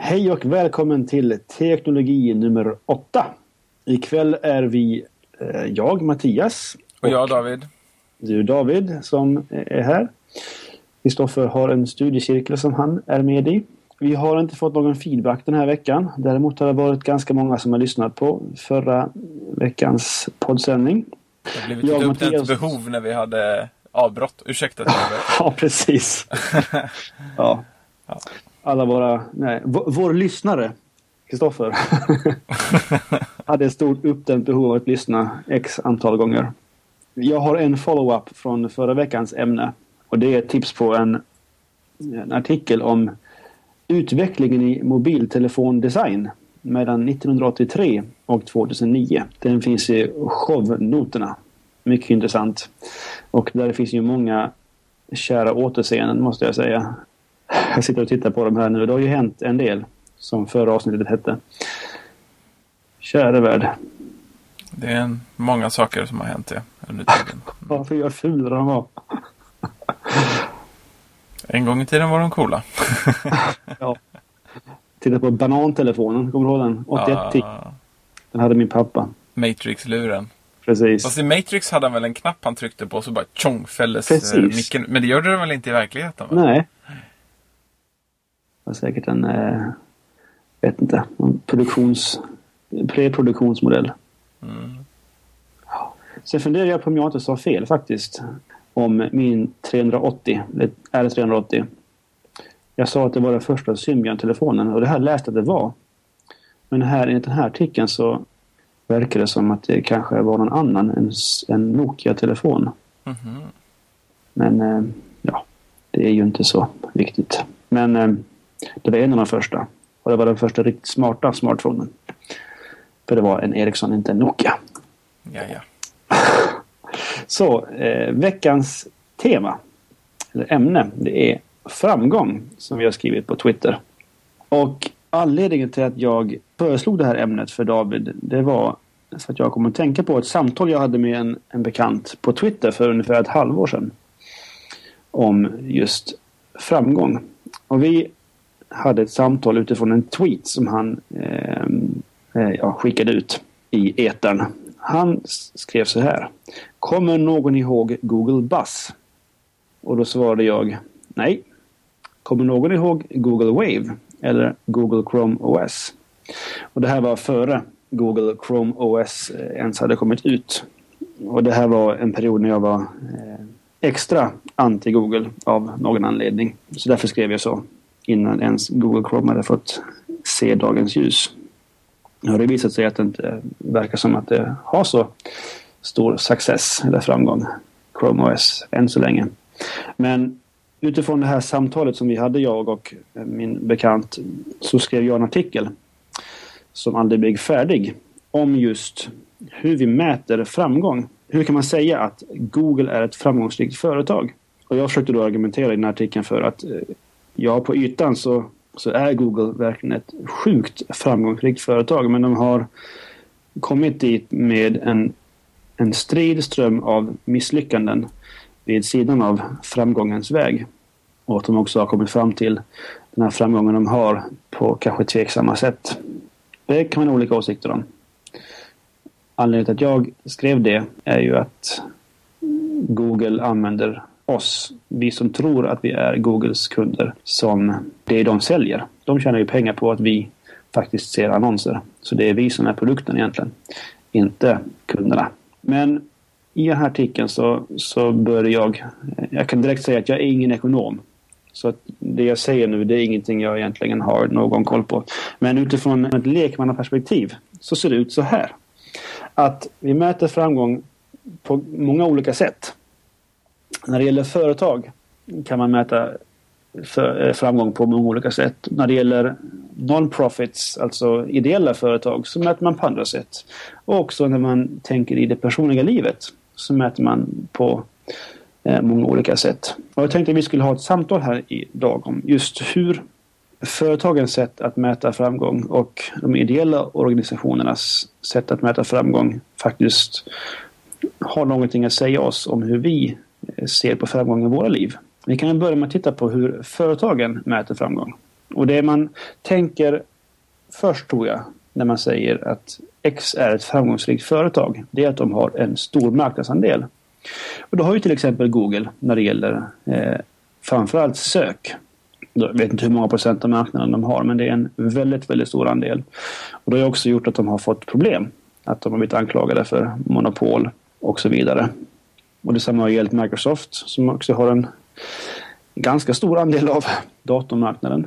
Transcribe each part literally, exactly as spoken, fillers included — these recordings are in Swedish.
Hej och välkommen till teknologi nummer åtta. Ikväll är vi eh, jag, Mattias. Och, och jag, David. Du, David, som är här. Kristoffer har en studiecirkel som han är med i. Vi har inte fått någon feedback den här veckan. Däremot har det varit ganska många som har lyssnat på förra veckans poddsändning. Det har blivit ett uppdämt Mattias... behov när vi hade avbrott. Ursäkta. Ja, precis. Ja. Ja. Alla våra... Nej, v- vår lyssnare, Kristoffer, hade ett stort uppdämt behov av att lyssna x antal gånger. Jag har en follow-up från förra veckans ämne. Och det är ett tips på en, en artikel om utvecklingen i mobiltelefondesign mellan nittonhundraåttiotre och tvåtusen-nio. Den finns i shownoterna. Mycket intressant. Och där finns ju många kära återseenden, måste jag säga. Jag sitter och tittar på dem här nu. Det har ju hänt en del, som förra avsnittet hette. Kära värld. Det är en, många saker som har hänt det under tiden. Varför gör fulare de var? En gång i tiden var de coola. Ja. Titta på banantelefonen, kommer du ihåg den? åttioett tick. Ja. Den hade min pappa. Matrix-luren. Precis. Fast i Matrix hade han väl en knapp han tryckte på, så bara tjong fälldes eh, micken. Men det gör det väl inte i verkligheten? Va? Nej. Det var säkert en, eh, vet inte, en produktions, preproduktionsmodell. Mm. Sen funderar jag på om jag inte sa fel faktiskt. Om min trehundraåttio, R trehundraåttio. Jag sa att det var den första Symbian-telefonen, och det här läste att det var. Men här, enligt den här artikeln så verkar det som att det kanske var någon annan än en Nokia-telefon. Mm-hmm. Men eh, ja, det är ju inte så viktigt. Men eh, det var en av de första. Och det var den första riktigt smarta smartphonen. För det var en Ericsson, inte en Nokia. Ja, ja. Så, eh, veckans tema, eller ämne, det är framgång, som vi har skrivit på Twitter. Och anledningen till att jag föreslog det här ämnet för David, det var så att jag kom att tänka på ett samtal jag hade med en, en bekant på Twitter för ungefär ett halvår sedan. Om just framgång. Och vi hade ett samtal utifrån en tweet som han eh, eh, ja, skickade ut i etern. Han skrev så här: kommer någon ihåg Google Buzz? Och då svarade jag nej. Kommer någon ihåg Google Wave eller Google Chrome O S? Och det här var före Google Chrome O S ens hade kommit ut. Och det här var en period när jag var eh, extra anti-Google av någon anledning. Så därför skrev jag så innan ens Google Chrome hade fått se dagens ljus. Nu har det visat sig att det inte verkar som att det har så stor success eller framgång, Chrome O S, än så länge. Men utifrån det här samtalet som vi hade, jag och min bekant, så skrev jag en artikel som aldrig blev färdig om just hur vi mäter framgång. Hur kan man säga att Google är ett framgångsrikt företag? Och jag försökte då argumentera i den här artikeln för att ja, på ytan så så är Google verkligen ett sjukt framgångsrikt företag. Men de har kommit dit med en, en strid ström av misslyckanden vid sidan av framgångens väg. Och att de också har kommit fram till den här framgången de har på kanske tveksamma sätt. Det kan man ha olika åsikter om. Anledningen till att jag skrev det är ju att Google använder oss, vi som tror att vi är Googles kunder, som det de säljer. De tjänar ju pengar på att vi faktiskt ser annonser. Så det är vi som är produkten egentligen, inte kunderna. Men i den här artikeln så, så börjar jag, jag kan direkt säga att jag är ingen ekonom. Så att det jag säger nu, det är ingenting jag egentligen har någon koll på. Men utifrån ett lekmannaperspektiv så ser det ut så här. Att vi mäter framgång på många olika sätt. När det gäller företag kan man mäta för, framgång på många olika sätt. När det gäller non-profits, alltså ideella företag, så mäter man på andra sätt. Och också när man tänker i det personliga livet så mäter man på eh, många olika sätt. Och jag tänkte att vi skulle ha ett samtal här idag om just hur företagens sätt att mäta framgång och de ideella organisationernas sätt att mäta framgång faktiskt har någonting att säga oss om hur vi ser på framgång i våra liv. Vi kan börja med att titta på hur företagen mäter framgång. Och det man tänker först, tror jag, när man säger att X är ett framgångsrikt företag, det är att de har en stor marknadsandel. Och då har ju till exempel Google, när det gäller eh, framförallt sök. Jag vet inte hur många procent av marknaden de har, men det är en väldigt, väldigt stor andel. Och det har också gjort att de har fått problem. Att de har blivit anklagade för monopol och så vidare. Och detsamma har gällt Microsoft, som också har en ganska stor andel av datormarknaden.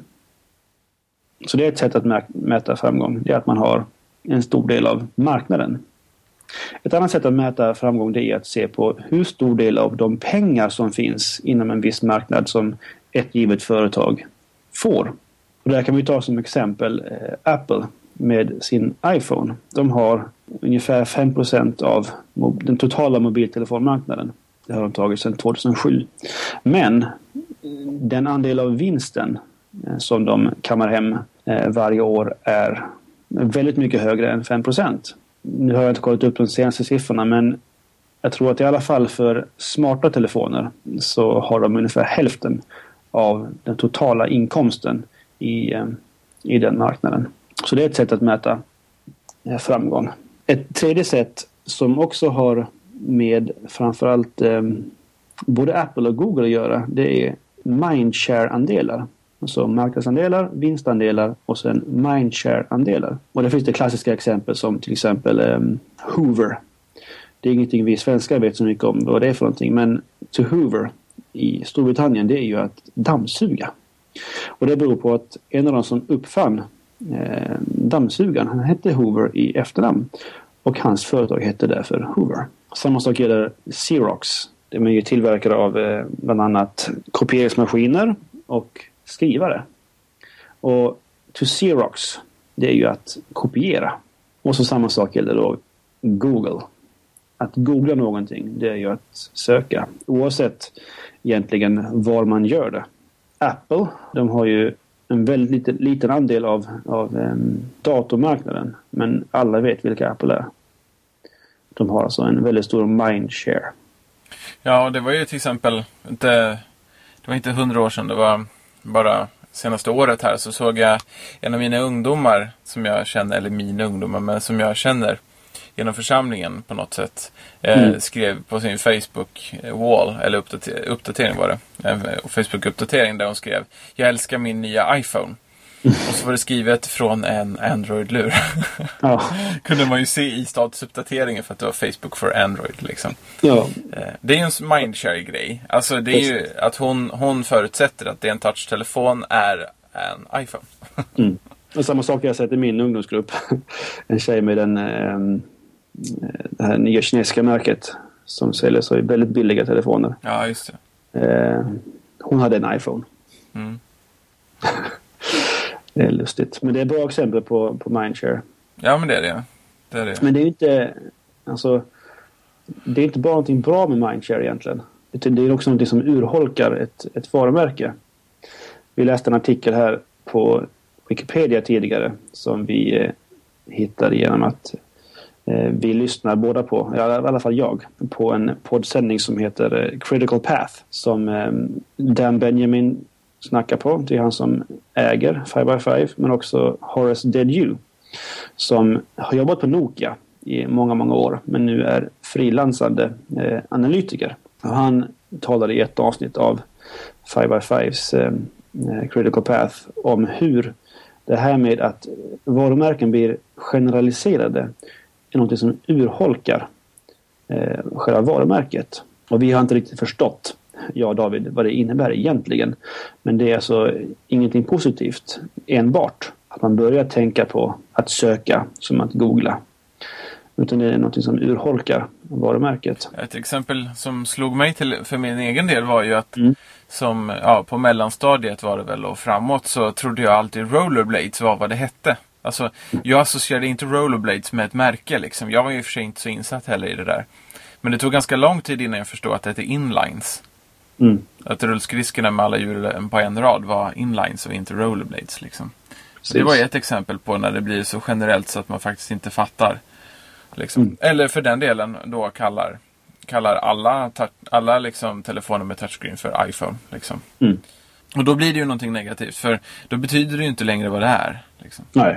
Så det är ett sätt att mäta framgång. Det är att man har en stor del av marknaden. Ett annat sätt att mäta framgång, det är att se på hur stor del av de pengar som finns inom en viss marknad som ett givet företag får. Och där kan vi ta som exempel eh, Apple med sin iPhone. De har ungefär fem procent av den totala mobiltelefonmarknaden. Det har de tagit sedan tjugohundrasju. Men den andel av vinsten eh, som de kammar hem eh, varje år är väldigt mycket högre än fem procent. Nu har jag inte kollat upp de senaste siffrorna, men jag tror att i alla fall för smarta telefoner så har de ungefär hälften av den totala inkomsten i, i den marknaden. Så det är ett sätt att mäta framgång. Ett tredje sätt som också har med framförallt eh, både Apple och Google att göra, det är mindshare-andelar. Alltså marknadsandelar, vinstandelar och sen mindshare-andelar. Och det finns det klassiska exempel som till exempel eh, Hoover. Det är ingenting vi svenskar vet så mycket om vad det är för någonting, men to Hoover i Storbritannien, det är ju att dammsuga. Och det beror på att en av de som uppfann eh, dammsugaren, han hette Hoover i efternamn. Och hans företag hette därför Hoover. Samma sak gäller Xerox. Det är ju tillverkare av eh, bland annat kopieringsmaskiner och skrivare. Och to Xerox, det är ju att kopiera. Och så samma sak gäller då Google. Att googla någonting, det är ju att söka. Oavsett egentligen var man gör det. Apple, de har ju en väldigt liten, liten andel av, av um, datormarknaden. Men alla vet vilka Apple är. De har alltså en väldigt stor mindshare. Ja, det var ju till exempel inte, det var inte hundra år sedan, det var bara senaste året här så såg jag en av mina ungdomar som jag känner, eller mina ungdomar, men som jag känner genom församlingen på något sätt eh, mm. skrev på sin Facebook-wall, eller uppdater- uppdatering var det, eh, Facebook-uppdatering där hon skrev: jag älskar min nya iPhone. Mm. Och så var det skrivet från en Android-lur. Ja. Kunde man ju se i statusuppdateringen för att det var Facebook for Android liksom. Ja. Eh, det är ju en mindshare-grej. Alltså det är ju att hon, hon förutsätter att det är en touch-telefon är en iPhone. Mm. Och samma sak jag har sett i min ungdomsgrupp. En tjej med den, eh, det här nya kinesiska märket som säljer så väldigt billiga telefoner. Ja, just det. Eh, hon hade en iPhone. Mm. Det är lustigt. Men det är bra exempel på, på mindshare. Ja, men det är det. det är det. Men det är ju inte, alltså, det är inte bara någonting bra med mindshare egentligen. Det är också någonting som urholkar ett, ett varumärke. Vi läste en artikel här på Wikipedia tidigare som vi eh, hittade genom att eh, vi lyssnar båda på, ja, i alla fall jag, på en poddsändning som heter eh, Critical Path som eh, Dan Benjamin snackar på. Det är han som äger five by five, men också Horace Dediu som har jobbat på Nokia i många, många år men nu är frilansande eh, analytiker. Och han talade i ett avsnitt av five by fives eh, Critical Path om hur det här med att varumärken blir generaliserade är något som urholkar eh, själva varumärket. Och vi har inte riktigt förstått, ja David, vad det innebär egentligen. Men det är alltså ingenting positivt enbart att man börjar tänka på att söka som att googla. Utan det är något som urholkar varumärket. Ett exempel som slog mig till för min egen del var ju att mm. som, ja, på mellanstadiet var det väl och framåt så trodde jag alltid rollerblades var vad det hette. Alltså, jag associerade inte rollerblades med ett märke liksom. Jag var ju för sig inte så insatt heller i det där. Men det tog ganska lång tid innan jag förstod att det heter inlines. Mm. Att rullskridskorna med alla hjul på en rad var inlines och inte rollerblades liksom. Så det var ett exempel på när det blir så generellt så att man faktiskt inte fattar. Liksom. Mm. Eller för den delen då kallar, kallar alla, alla liksom telefoner med touchscreen för iPhone. Liksom. Mm. Och då blir det ju någonting negativt. För då betyder det ju inte längre vad det är. Liksom. Nej.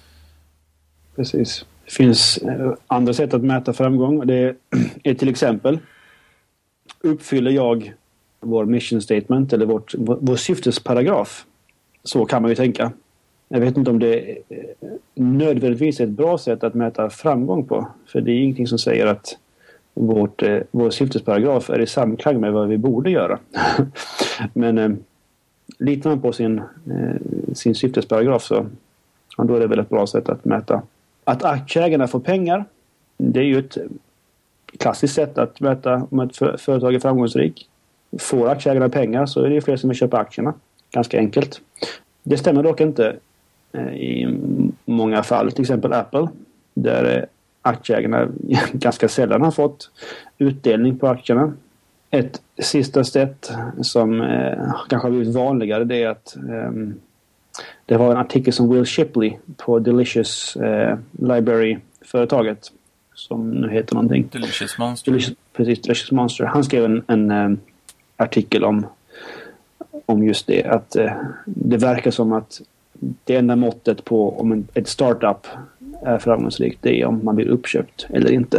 Precis. Det finns andra sätt att mäta framgång. Det är till exempel, uppfyller jag vår mission statement eller vårt, vår syftesparagraf? Så kan man ju tänka. Jag vet inte om det nödvändigtvis är ett bra sätt att mäta framgång på. För det är ingenting som säger att vårt, vår syftesparagraf är i samklang med vad vi borde göra. Men eh, litar man på sin, eh, sin syftesparagraf så ja, då är det väl ett bra sätt att mäta. Att aktieägarna får pengar, det är ju ett klassiskt sätt att mäta om ett för, företag är framgångsrik. Får aktieägarna pengar så är det ju fler som vill köpa aktierna. Ganska enkelt. Det stämmer dock inte eh, i många fall. Till exempel Apple, där eh, aktieägarna ganska sällan har fått utdelning på aktierna. Ett sista sätt som eh, kanske har blivit vanligare, det är att eh, det var en artikel som Will Shipley på Delicious eh, Library-företaget som nu heter någonting. Delicious Monster. Delicious, precis, Delicious Monster. Han skrev en, en eh, artikel om, om just det. Att eh, det verkar som att det enda måttet på om en, ett startup är framgångsrikt, det är om man blir uppköpt eller inte.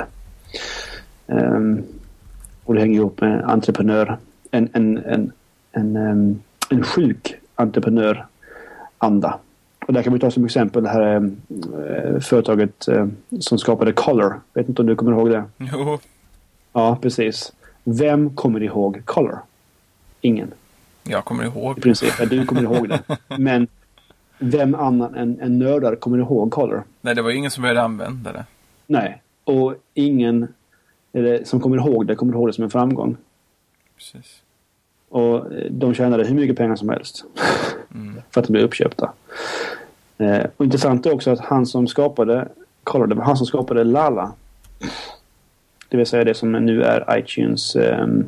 Um, och det hänger ihop med entreprenör. En, en, en, en, um, en sjuk entreprenöranda. Och där kan vi ta som exempel det här uh, företaget uh, som skapade Color. Vet inte om du kommer ihåg det? Jo. Ja, precis. Vem kommer ihåg Color? Ingen. Jag kommer ihåg. I princip, ja, du kommer ihåg det. Men vem annan än, än nördar kommer ihåg Color? Nej, det var ingen som började använda det. Nej, och ingen eller, som kommer ihåg det kommer ihåg det som en framgång. Precis. Och de tjänade hur mycket pengar som helst mm. för att de blev uppköpta. Eh, och intressant är också att han som skapade Color, det var han som skapade Lala. Det vill säga det som nu är iTunes um,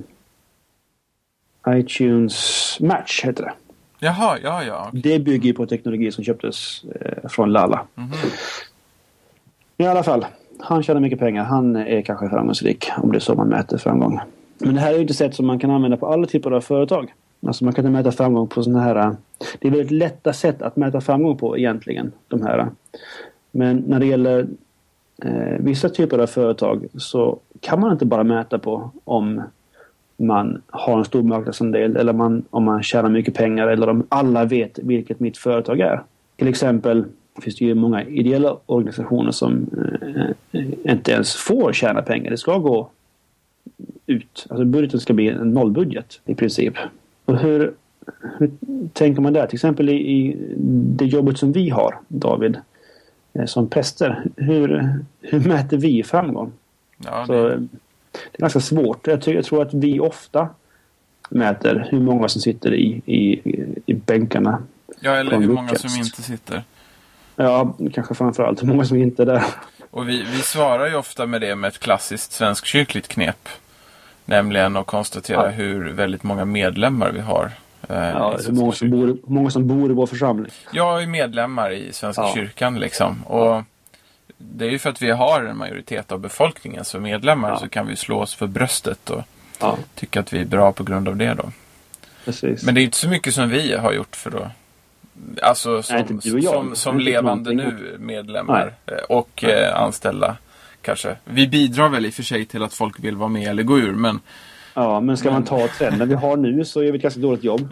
iTunes Match heter det. Jaha, ja, ja. Det bygger på teknologi som köptes eh, från Lala. Mm-hmm. I alla fall, han tjänar mycket pengar. Han är kanske framgångsrik om det är så man mäter framgång. Men det här är ju inte sätt som man kan använda på alla typer av företag. Alltså man kan inte mäta framgång på sådana här... Det är väldigt lätta sätt att mäta framgång på egentligen, de här. Men när det gäller eh, vissa typer av företag så kan man inte bara mäta på om man har en stor marknadsandel eller man, om man tjänar mycket pengar eller om alla vet vilket mitt företag är. Till exempel finns det ju många ideella organisationer som eh, inte ens får tjäna pengar. Det ska gå ut. Alltså budgeten ska bli en nollbudget i princip. Och hur, hur tänker man där? Till exempel i, i det jobbet som vi har, David, eh, som präster. Hur, hur mäter vi framgång? Ja, det... Så, det är ganska svårt. Jag, tror, jag tror att vi ofta mäter hur många som sitter i, i, i bänkarna. Ja, eller hur många som inte sitter. Ja, kanske framförallt hur många som inte är där. Och vi, vi svarar ju ofta med det med ett klassiskt svenskkyrkligt knep. Nämligen att konstatera ja. hur väldigt många medlemmar vi har. Eh, ja, hur många som, bor, många som bor i vår församling. Jag är medlemmar i Svenska ja. kyrkan liksom. Och det är ju för att vi har en majoritet av befolkningen som medlemmar ja. så kan vi slå oss för bröstet och ja. tycka att vi är bra på grund av det då. Precis. Men det är inte så mycket som vi har gjort för då. Alltså som, Nej, som, som levande nu medlemmar Nej. och eh, anställda kanske. Vi bidrar väl i och för sig till att folk vill vara med eller gå ur, men... Ja, men ska men... man ta trenden vi har nu så gör vi ett ganska dåligt jobb.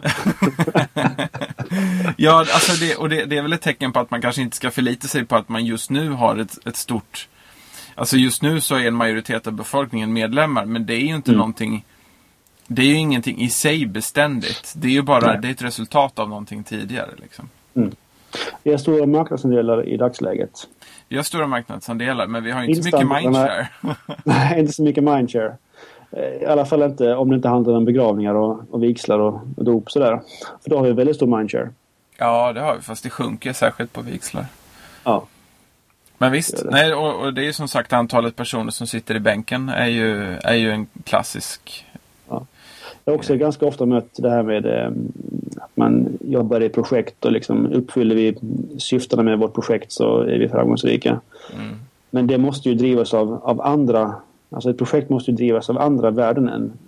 Ja, alltså det, och det, det är väl ett tecken på att man kanske inte ska förlita sig på att man just nu har ett, ett stort... Alltså just nu så är en majoritet av befolkningen medlemmar, men det är ju inte mm. någonting... Det är ju ingenting i sig beständigt. Det är ju bara det är ett resultat av någonting tidigare. Liksom. Mm. Vi har stora marknadsandelar i dagsläget. Vi har stora marknadsandelar, men vi har inte så mycket mindshare. Nej, inte så mycket mindshare. I alla fall inte om det inte handlar om begravningar och, och vigslar och, och dop sådär. För då har vi väldigt stor mindshare. Ja, det har vi. Fast det sjunker särskilt på vigslar. Ja. Men visst, det. Nej, och, och det är ju som sagt antalet personer som sitter i bänken är ju, är ju en klassisk... Ja. Jag har också ganska ofta mött det här med eh, att man jobbar i projekt och liksom uppfyller vi syftena med vårt projekt så är vi framgångsrika. Mm. Men det måste ju drivas av, av andra, alltså ett projekt måste ju drivas av andra värden än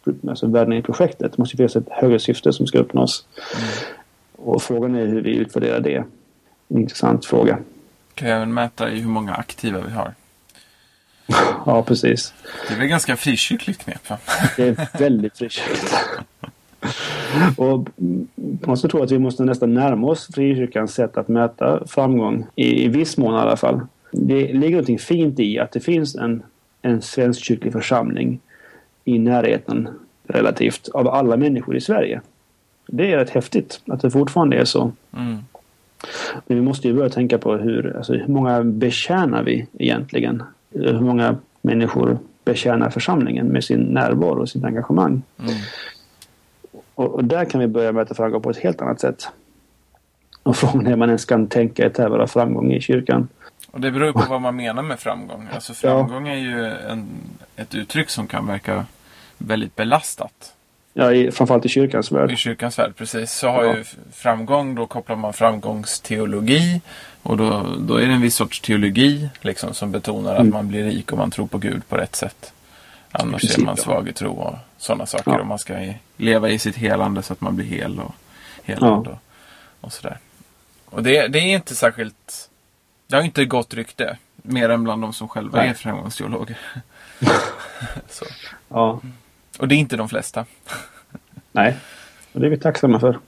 alltså värden i projektet. Det måste finnas ett högre syfte som ska uppnås. Mm. Och frågan är hur vi utvärderar det. En intressant fråga. Kan jag även mäta i hur många aktiva vi har? Ja, precis. Det är väl ganska frikyrkligt knep, va? Det är väldigt frikyrkligt. Och man måste tro att vi måste nästan närma oss frikyrkans sätt att mäta framgång. I, i viss mån i alla fall. Det ligger någonting fint i att det finns en, en svensk kyrklig församling i närheten relativt av alla människor i Sverige. Det är rätt häftigt att det fortfarande är så. Mm. Men vi måste ju börja tänka på hur, alltså, hur många betjänar vi egentligen? Hur många människor betjänar församlingen med sin närvaro och sitt engagemang? Mm. Och, och där kan vi börja mäta framgång på ett helt annat sätt. Och frågan är om man ens kan tänka ett här framgång i kyrkan. Och det beror ju på vad man menar med framgång. Alltså framgång ja. är ju en, ett uttryck som kan verka väldigt belastat. Ja, i, framförallt i kyrkans värld. I kyrkans värld, precis. Så har ja. ju framgång, då kopplar man framgångsteologi. Och då, då är det en viss sorts teologi liksom, som betonar mm. att man blir rik och man tror på Gud på rätt sätt. Annars precis, är man svag i tro och sådana saker. Ja. Och man ska i, leva i sitt helande så att man blir hel och helad ja. och, och sådär. Och det, det är inte särskilt... Det har inte gått rykte. Mer än bland de som själva Nej. är framgångsteologer. Så. Ja. Och det är inte de flesta. Nej, och det är vi tacksamma för.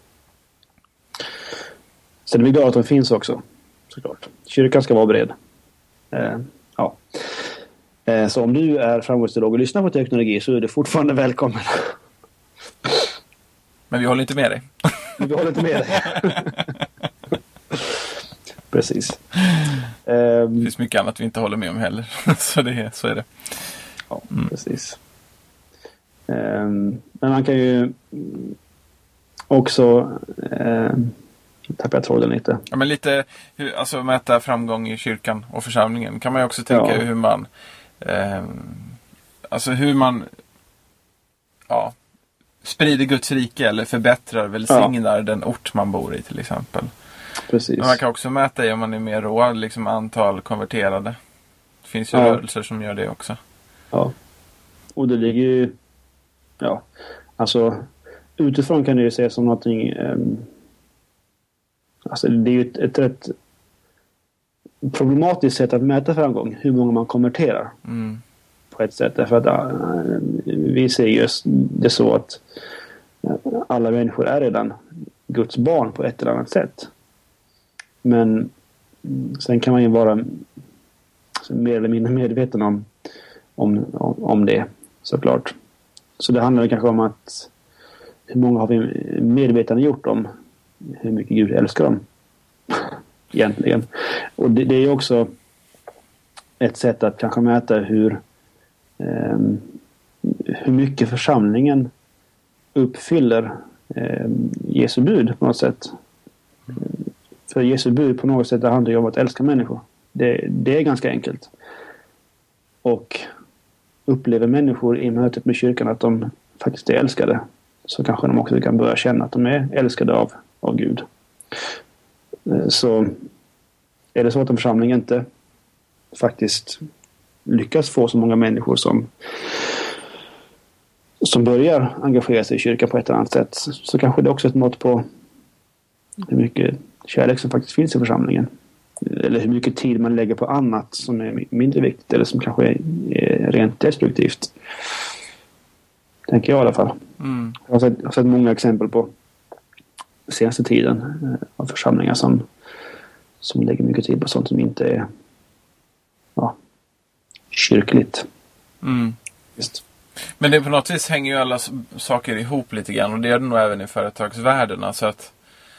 Sen är vi glada att de finns också. Såklart. Kyrkan ska vara bred. Eh, ja. Eh, så om du är framgångsteolog och lyssnar på teknologi så är du fortfarande välkommen. Men vi håller inte med dig. Men vi håller inte med dig. Precis. Det finns mycket annat vi inte håller med om heller. så, det är, så är det. Ja, mm. precis. Um, men man kan ju också um, tappar jag tråden lite. Ja, men lite, hur, alltså mäta framgång i kyrkan och församlingen. Kan man ju också tänka ja. hur man um, alltså hur man ja, sprider Guds rike eller förbättrar, välsignar ja. den ort man bor i till exempel. Precis. Men man kan också mäta i om man är mer råd, liksom antal konverterade. Det finns ju ja. rörelser som gör det också. Ja. Och det ligger ju ja, alltså utifrån kan det ju ses som någonting um, alltså det är ju ett, ett rätt problematiskt sätt att mäta framgång, hur många man konverterar mm. på ett sätt, därför att uh, vi ser just det så att uh, alla människor är redan Guds barn på ett eller annat sätt, men um, sen kan man ju vara alltså, mer eller mindre medveten om, om, om, om det såklart. Så det handlar kanske om att hur många har vi medvetande gjort om hur mycket Gud älskar dem egentligen. Och det, det är också ett sätt att kanske mäta hur eh, hur mycket församlingen uppfyller eh, Jesu bud på något sätt. För Jesu bud på något sätt det handlar ju om att älska människor. Det, det är ganska enkelt. Och upplever människor i mötet med kyrkan att de faktiskt är älskade, så kanske de också kan börja känna att de är älskade av, av Gud. Så är det så att en församling inte faktiskt lyckas få så många människor som som börjar engagera sig i kyrkan på ett eller annat sätt, så kanske det också är ett mått på hur mycket kärlek som faktiskt finns i församlingen. Eller hur mycket tid man lägger på annat som är mindre viktigt eller som kanske är, är rent destruktivt. Tänker jag i alla fall. Mm. Jag, har sett, jag har sett många exempel på senaste tiden eh, av församlingar som, som lägger mycket tid på sånt som inte är ja, kyrkligt. Mm. Just. Men det på något vis hänger ju alla saker ihop lite grann, och det är det nog även i företagsvärlden. Alltså att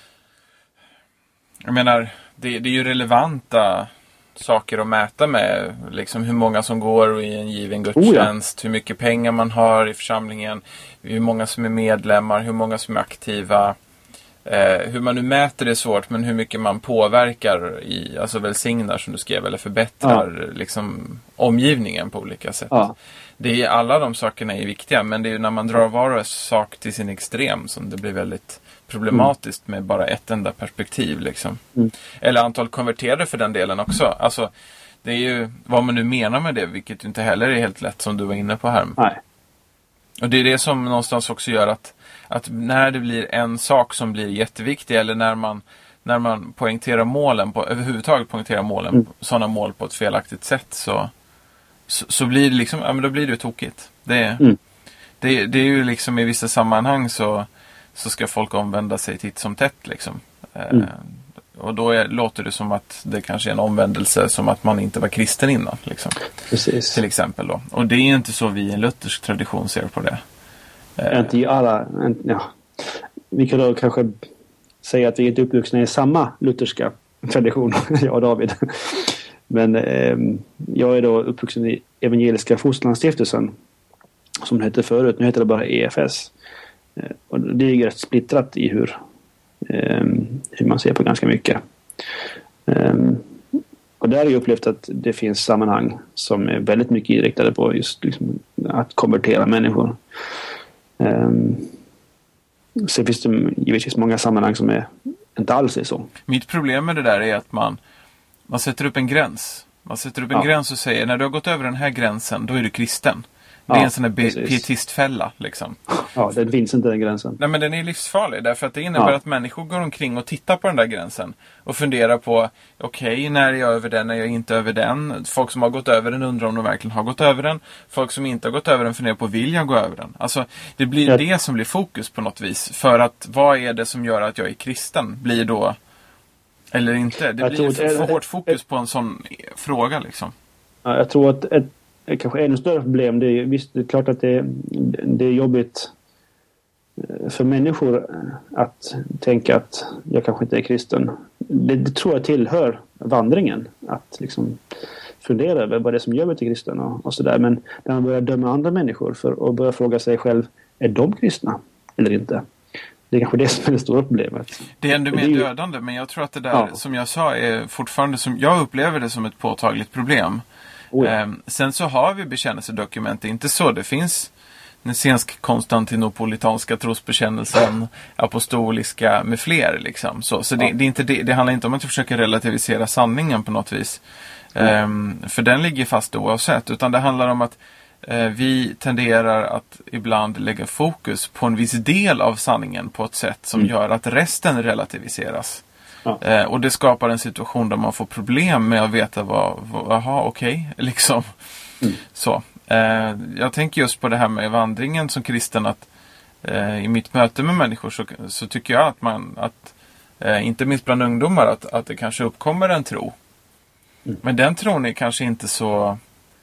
jag menar, det, det är ju relevanta saker att mäta med. Liksom hur många som går i en given gudstjänst, oh ja. hur mycket pengar man har i församlingen, hur många som är medlemmar, hur många som är aktiva. Eh, hur man nu mäter det är svårt, men hur mycket man påverkar i, alltså välsignar som du skrev, eller förbättrar ja. liksom omgivningen på olika sätt. Ja. Det är, alla de sakerna är viktiga, men det är ju när man drar var sak till sin extrem som det blir väldigt problematiskt mm. med bara ett enda perspektiv liksom. Mm. Eller antal konverterade för den delen också. Alltså, det är ju vad man nu menar med det, vilket inte heller är helt lätt som du var inne på här. Nej. Och det är det som någonstans också gör att, att när det blir en sak som blir jätteviktig, eller när man, när man poängterar målen, på, överhuvudtaget poängterar målen, mm. sådana mål på ett felaktigt sätt, så, så, så blir det liksom, ja men då blir det tokigt. Det, mm. det, det är ju liksom i vissa sammanhang så, så ska folk omvända sig titt som tätt liksom. Mm. Eh, och då är, låter det som att det kanske är en omvändelse, som att man inte var kristen innan liksom. Precis. Till exempel då. Och det är ju inte så vi i en luthersk tradition ser på det. Eh. Inte i alla, ja. Vi kan då kanske säga att vi är inte uppvuxna i samma lutherska tradition, jag och David. Men eh, jag är då uppvuxen i Evangeliska Fosterlandsstiftelsen, som det hette förut. Nu heter det bara E F S. Eh, och det är rätt splittrat i hur, eh, hur man ser på ganska mycket. Eh, och där har jag upplevt att det finns sammanhang som är väldigt mycket inriktade på just liksom, att konvertera människor. Eh, Sen finns det givetvis många sammanhang som är, inte alls är så. Mitt problem med det där är att man, man sätter upp en gräns. Man sätter upp en ja. gräns och säger, när du har gått över den här gränsen, då är du kristen. Det är ja, en sån här be- pietistfälla liksom. Ja, den finns inte den gränsen. Nej, men den är livsfarlig, därför att det innebär ja. att människor går omkring och tittar på den där gränsen och funderar på, okej, okay, när är jag över den, när är jag inte över den? Folk som har gått över den undrar om de verkligen har gått över den. Folk som inte har gått över den funderar på, vill jag gå över den? Alltså, det blir ja. det som blir fokus på något vis. För att, vad är det som gör att jag är kristen? Blir då, eller inte? Det jag blir för, för hårt fokus ett, på en sån fråga liksom. Ja, jag tror att ett kanske ännu större problem. Det är, visst, det är klart att det, det är jobbigt för människor att tänka att jag kanske inte är kristen. Det, det tror jag tillhör vandringen. Att liksom fundera över vad det är som gör mig till kristen och, och sådär. Men när man börjar döma andra människor för att börja fråga sig själv, är de kristna eller inte? Det är kanske det som är det stora problemet. Det är ändå mer ju... dödande, men jag tror att det där ja. som jag sa är fortfarande, som jag upplever det som ett påtagligt problem. Oh ja. um, sen så har vi bekännelsedokument, det är inte så. Det finns Nicensk konstantinopolitanska trosbekännelsen, apostoliska med fler liksom. Så, så det, ja. det, är inte det, det handlar inte om att försöka relativisera sanningen på något vis. Mm. Um, för den ligger fast oavsett. Utan det handlar om att uh, vi tenderar att ibland lägga fokus på en viss del av sanningen på ett sätt som mm. gör att resten relativiseras. Ja. Uh, och det skapar en situation där man får problem med att veta vad, vad aha, okej, okay, liksom. Mm. Så. Uh, jag tänker just på det här med vandringen som kristen, att uh, i mitt möte med människor så, så tycker jag att man, att uh, inte minst bland ungdomar, att, att det kanske uppkommer en tro. Mm. Men den tron är kanske inte så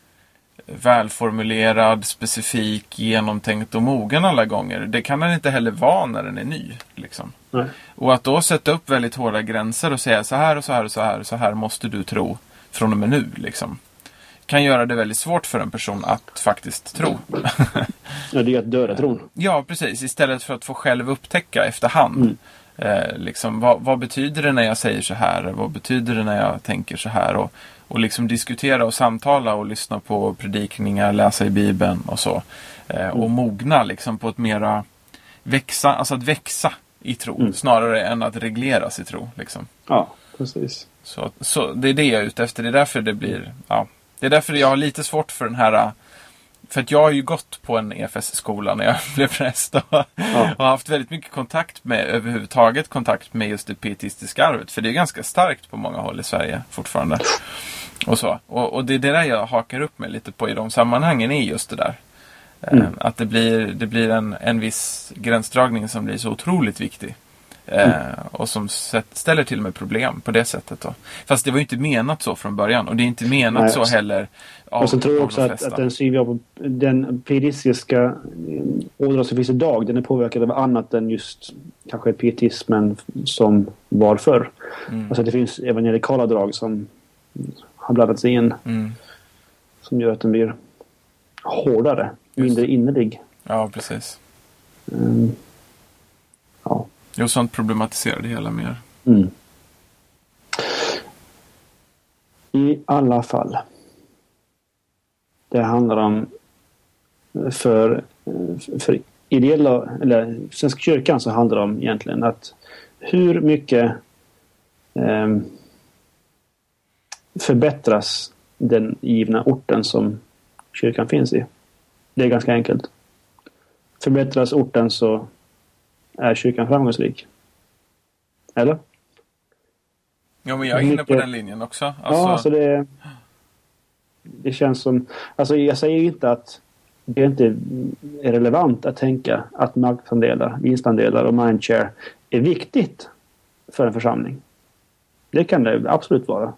välformulerad, specifik, genomtänkt och mogen alla gånger. Det kan den inte heller vara när den är ny. Liksom. Nej. Och att då sätta upp väldigt hårda gränser och säga så här och så här och så här och så här måste du tro från och med nu. Liksom, kan göra det väldigt svårt för en person att faktiskt tro. Ja, det är att döda tron. Ja, precis. Istället för att få själv upptäcka efterhand. Mm. Eh, liksom, vad, vad betyder det när jag säger så här? Vad betyder det när jag tänker så här? Och, och liksom diskutera och samtala och lyssna på predikningar, läsa i Bibeln och så. Eh, mm. Och mogna liksom på ett mera växa, alltså att växa i tro. Mm. Snarare än att regleras i tro. Liksom. Ja, precis. Så, så det är det jag är ute efter. Det är därför det blir... Ja, det är därför jag har lite svårt för den här... För att jag har ju gått på en E F S-skola när jag blev präst och, ja. och har haft väldigt mycket kontakt med, överhuvudtaget kontakt med just det pietistiska arvet. För det är ganska starkt på många håll i Sverige fortfarande. Och, så. och, och det är det där jag hakar upp mig lite på i de sammanhangen, är just det där. Mm. Att det blir, det blir en, en viss gränsdragning som blir så otroligt viktig. Mm. Eh, och som sätt, ställer till med problem på det sättet då. Fast det var ju inte menat så från början. Och det är inte menat Nej, så heller av, och så tror jag också att, att den syn vi har på den pietistiska ådra som finns idag, den är påverkad av annat än just kanske pietismen som var förr. Mm. Alltså det finns evangelikala drag som har blandats in mm. som gör att den blir hårdare, mindre innerlig. Ja, precis. Mm. Ja. Jo, sånt problematiserar det hela mer. Mm. I alla fall. Det handlar om för, för ideella, eller Svenska kyrkan, så handlar det om egentligen att hur mycket eh, förbättras den givna orten som kyrkan finns i. Det är ganska enkelt. förbättras orten så är kyrkan framgångsrik. Eller? Ja, men jag är inne mycket... på den linjen också. Alltså... Ja, alltså det... Det känns som... Alltså jag säger inte att det inte är relevant att tänka att marknadsandelar, vinstandelar och mindshare är viktigt för en församling. Det kan det absolut vara.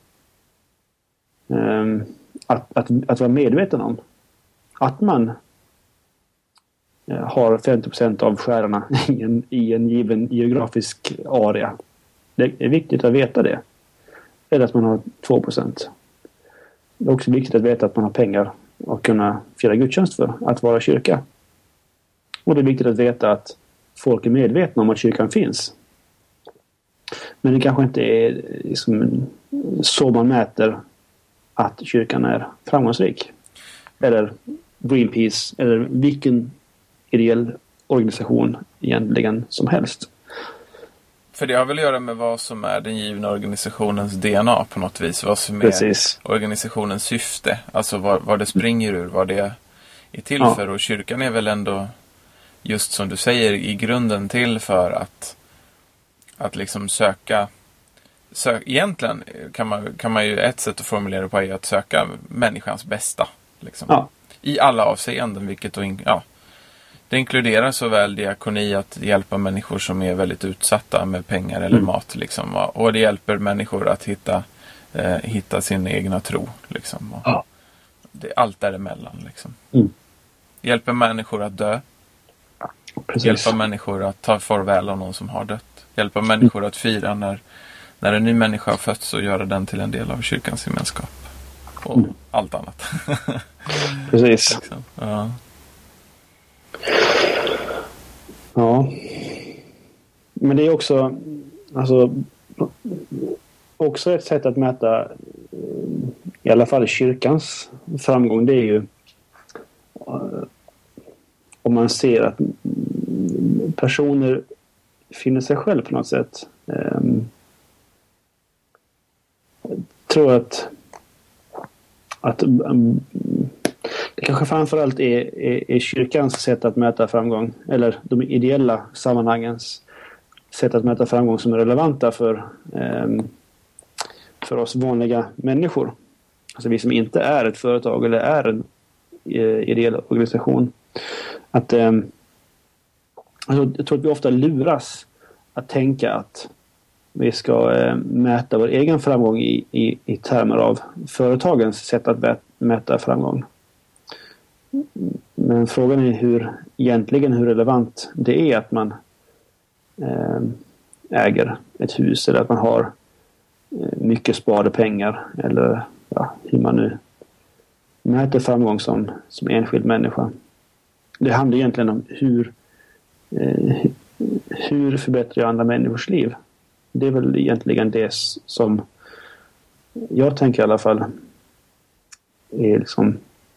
Um, att, att, att vara medveten om att man uh, har femtio procent av skärarna i en, i en given geografisk area. Det är viktigt att veta det. Eller att man har två procent. Det är också viktigt att veta att man har pengar och kunna fira gudstjänst för att vara kyrka. Och det är viktigt att veta att folk är medvetna om att kyrkan finns. Men det kanske inte är liksom så man mäter att kyrkan är framgångsrik. Eller Greenpeace eller vilken ideell organisation egentligen som helst. För det har väl att göra med vad som är den givna organisationens D N A på något vis. Vad som är Precis. Organisationens syfte. Alltså vad, vad det springer ur, vad det är till ja. för. Och kyrkan är väl ändå, just som du säger, i grunden till för att, att liksom söka... Sö, egentligen kan man, kan man ju, ett sätt att formulera det på är att söka människans bästa. Liksom. Ja. I alla avseenden, vilket då... Ja, det inkluderar såväl diakoni, att hjälpa människor som är väldigt utsatta med pengar eller mm. mat. Liksom, och det hjälper människor att hitta, eh, hitta sin egna tro. Liksom, ja. det, allt däremellan. Liksom. Mm. Hjälper människor att dö. Precis. Hjälpa människor att ta farväl av någon som har dött. Hjälpa människor mm. att fira när, när en ny människa har fötts och göra den till en del av kyrkans gemenskap. Och mm. allt annat. Precis. liksom. Ja. Ja. Men det är också alltså också ett sätt att mäta i alla fall kyrkans framgång. Det är ju om man ser att personer finner sig själv på något sätt. Jag tror att att det kanske framförallt är, är, är kyrkans sätt att mäta framgång, eller de ideella sammanhangens sätt att mäta framgång som är relevanta för, eh, för oss vanliga människor. Alltså vi som inte är ett företag eller är en eh, ideell organisation. Att, eh, alltså, jag tror att vi ofta luras att tänka att vi ska eh, mäta vår egen framgång i, i, i termer av företagens sätt att mäta framgång. Men frågan är hur egentligen hur relevant det är att man eh, äger ett hus eller att man har eh, mycket sparade pengar eller ja, hur man nu mäter framgång som, som enskild människa. Det handlar egentligen om hur eh, hur förbättrar jag andra människors liv. Det är väl egentligen det som jag tänker i alla fall är liksom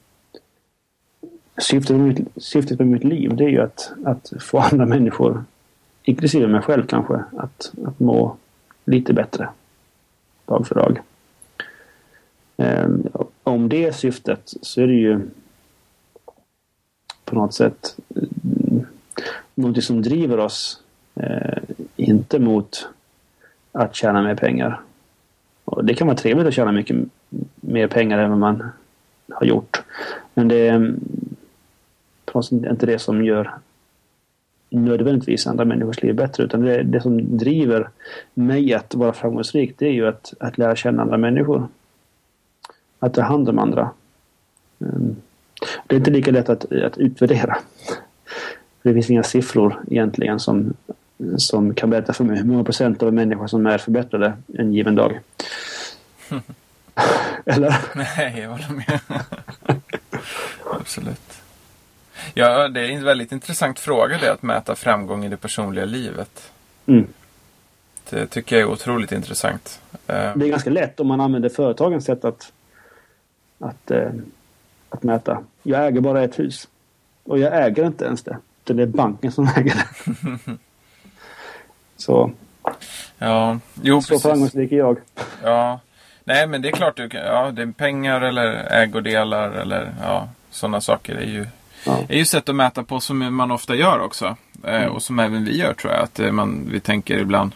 syftet med mitt, syftet med mitt liv. Det är ju att, att få andra människor, inklusive mig själv kanske, att, att må lite bättre dag för dag. Um, om det är syftet så är det ju på något sätt um, något som driver oss uh, inte mot att tjäna mer pengar. Och det kan vara trevligt att tjäna mycket mer pengar än vad man har gjort. Men det är på något sätt inte det som gör nödvändigtvis andra människors liv bättre, utan det, det som driver mig att vara framgångsrik, det är ju att, att lära känna andra människor. Att ta hand om andra. Det är inte lika lätt att, att utvärdera. Det finns inga siffror egentligen som, som kan berätta för mig hur många procent av människor som är förbättrade en given dag. Eller? Nej, jag håller med. Absolut. Ja, det är en väldigt intressant fråga det att mäta framgång i det personliga livet. Mm. Det tycker jag är otroligt intressant. Det är ganska lätt om man använder företagens sätt att, att, att mäta. Jag äger bara ett hus. Och jag äger inte ens det. Det är banken som äger det. Så. Ja, jo, så framgångsrik är jag. Ja. Nej, men det är klart du kan, ja, det är pengar eller ägodelar eller ja, sådana saker är ju Ja. Det är ju sätt att mäta på som man ofta gör också. Eh, Mm. och som även vi gör tror jag. Att eh, man, vi tänker ibland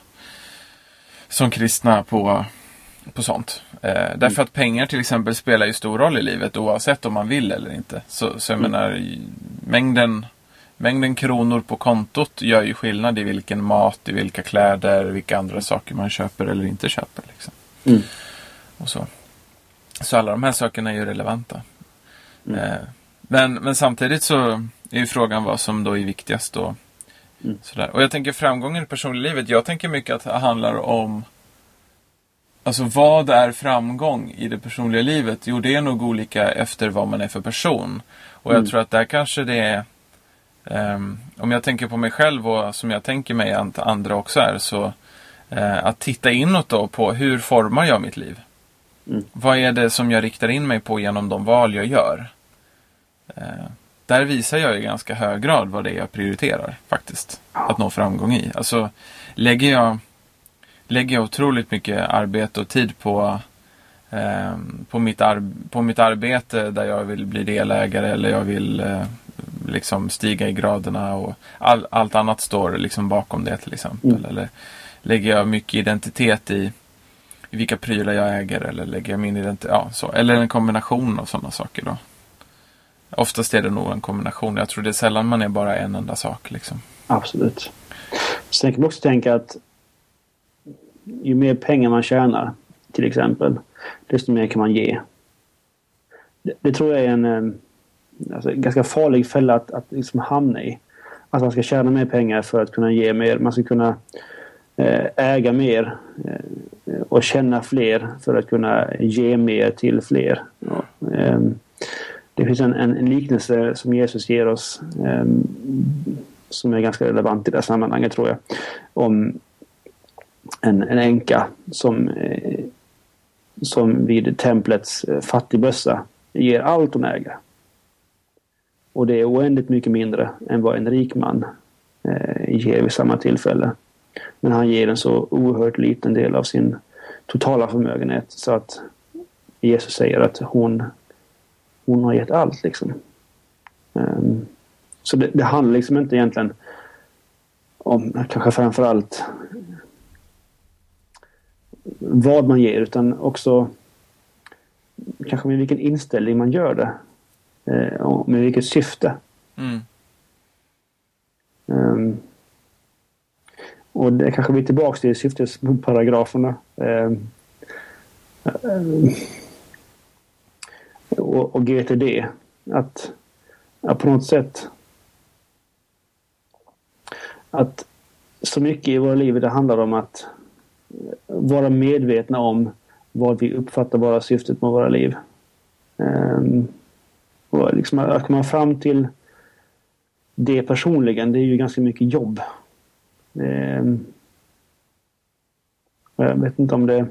som kristna på, på sånt. Eh, därför Mm. att pengar till exempel spelar ju stor roll i livet oavsett om man vill eller inte. Så, så jag Mm. menar, mängden, mängden kronor på kontot gör ju skillnad i vilken mat, i vilka kläder, vilka andra saker man köper eller inte köper. Liksom. Mm. Och så. så alla de här sakerna är ju relevanta. Mm. Eh, men, men samtidigt så är ju frågan vad som då är viktigast. Och, Mm. sådär. Och jag tänker framgången i personliga livet. Jag tänker mycket att det handlar om alltså vad är framgång i det personliga livet? Jo, det är nog olika efter vad man är för person. Och jag Mm. tror att där kanske det är um, om jag tänker på mig själv och som jag tänker mig att andra också är så uh, att titta inåt då på hur formar jag mitt liv? Mm. Vad är det som jag riktar in mig på genom de val jag gör? Uh, där visar jag i ganska hög grad vad det är jag prioriterar faktiskt. Att nå framgång i. Alltså lägger jag lägger jag otroligt mycket arbete och tid på eh, på, mitt ar- på mitt arbete där jag vill bli delägare eller jag vill eh, liksom stiga i graderna och all, allt annat står liksom bakom det till exempel. Mm. Eller lägger jag mycket identitet i, i vilka prylar jag äger eller lägger jag min identitet, ja så. Eller en kombination av sådana saker då. Oftast är det nog en kombination. Jag tror det är sällan man är bara en enda sak liksom. Absolut. Sen kan man också tänka att ju mer pengar man tjänar till exempel, desto mer kan man ge. Det, det tror jag är en eh, alltså, ganska farlig fälla att, att liksom hamna i. Att man ska tjäna mer pengar för att kunna ge mer. Man ska kunna eh, äga mer eh, och känna fler för att kunna ge mer till fler. Och, eh, det finns en, en, en liknelse som Jesus ger oss eh, som är ganska relevant i det här sammanhanget tror jag. Om en, en änka som, eh, som vid templets eh, fattigbössa ger allt hon äger. Och det är oändligt mycket mindre än vad en rik man eh, ger vid samma tillfälle. Men han ger en så oerhört liten del av sin totala förmögenhet så att Jesus säger att hon, hon har gett allt liksom. Um, så det, det handlar liksom inte egentligen om kanske framförallt vad man ger utan också kanske med vilken inställning man gör det. Eh, och med vilket syfte. Mm. Um, och det kanske blir tillbaka till syftesparagraferna. Um, um, och, och G T D. Att, att på något sätt att så mycket i våra liv det handlar om att vara medvetna om vad vi uppfattar vara syftet med våra liv. Um, och liksom att komma fram till det personligen, det är ju ganska mycket jobb. Um, jag vet inte om det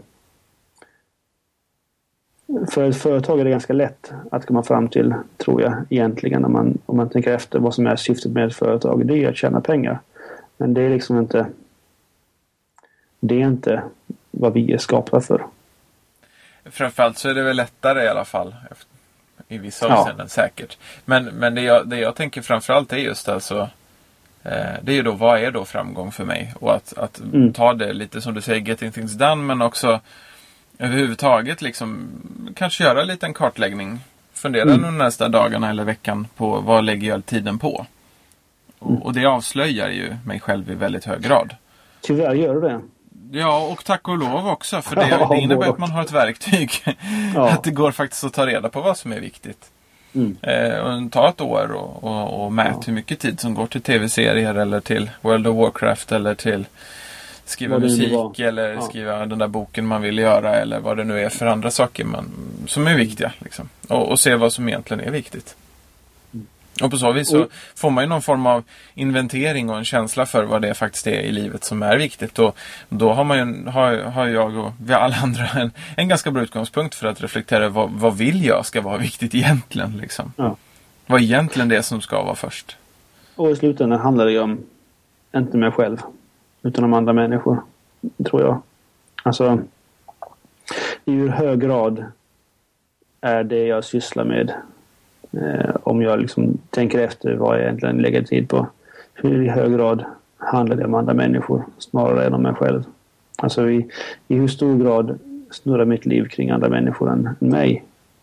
för ett företag är det ganska lätt att komma fram till, tror jag egentligen, när man, om man tänker efter vad som är syftet med ett företag. Det är att tjäna pengar. Men det är liksom inte det är inte vad vi är skapta för. Framförallt så är det väl lättare i alla fall. I vissa Ja. avseenden säkert. Men, men det, jag, det jag tänker framförallt är just alltså eh, det är ju då, vad är då framgång för mig? Och att, att Mm. ta det lite som du säger, getting things done, men också överhuvudtaget liksom kanske göra en liten kartläggning. Fundera Mm. nu nästa dagarna eller veckan på vad lägger jag tiden på? Och, Mm. och det avslöjar ju mig själv i väldigt hög grad. Tyvärr gör det. Ja, och tack och lov också. För det, Ja, det innebär både att man har ett verktyg. Ja. Att det går faktiskt att ta reda på vad som är viktigt. Mm. Eh, och ta ett år och, och, och mät Ja. hur mycket tid som går till tv-serier eller till World of Warcraft eller till skriva Vad det nu musik var. eller Ja. skriva den där boken man vill göra eller vad det nu är för andra saker man, som är viktiga. Liksom. Och, och se vad som egentligen är viktigt. Och på så vis så Och- får man ju någon form av inventering och en känsla för vad det faktiskt är i livet som är viktigt. Och då har, man ju, har, har jag och vi alla andra en, en ganska bra utgångspunkt för att reflektera vad, vad vill jag ska vara viktigt egentligen. Liksom. Ja. Vad är egentligen det som ska vara först? Och i slutändan handlar det ju om inte mig själv utan om andra människor, tror jag. Alltså i hur hög grad är det jag sysslar med Eh, om jag liksom tänker efter vad jag egentligen lägger tid på. Hur i hög grad handlar det om andra människor snarare än om mig själv. Alltså i, i hur stor grad snurrar mitt liv kring andra människor än, än mig.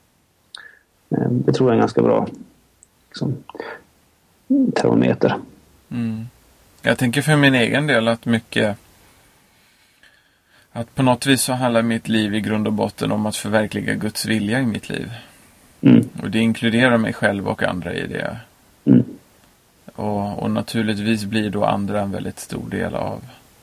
Eh, det tror jag är en ganska bra liksom, termometer. Mm. Jag tänker för min egen del att mycket att på något vis så handlar mitt liv i grund och botten om att förverkliga Guds vilja i mitt liv. Mm. Och det inkluderar mig själv och andra i det. Mm. Och, och naturligtvis blir då andra en väldigt stor del av,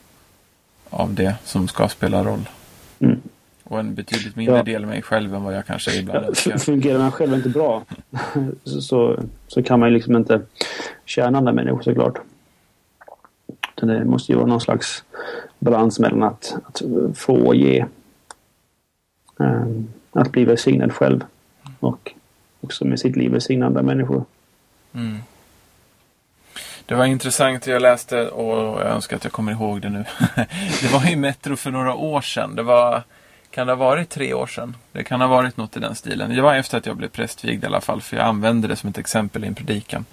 av det som ska spela roll. Mm. Och en betydligt mindre ja. del av mig själv än vad jag kanske ibland önskar. Fungerar man själv inte bra så, så kan man ju liksom inte tjäna andra människor såklart. Det måste ju vara någon slags balans mellan att, att få och ge. Um, att bli välsignad själv. Och också med sitt liv välsigna andra människor. Mm. Det var intressant, jag läste och jag önskar att jag kommer ihåg det nu. Det var i Metro för några år sedan. Det var, kan det ha varit tre år sedan? Det kan ha varit något i den stilen. Det var efter att jag blev prästvigd i alla fall, för jag använde det som ett exempel i en predikan.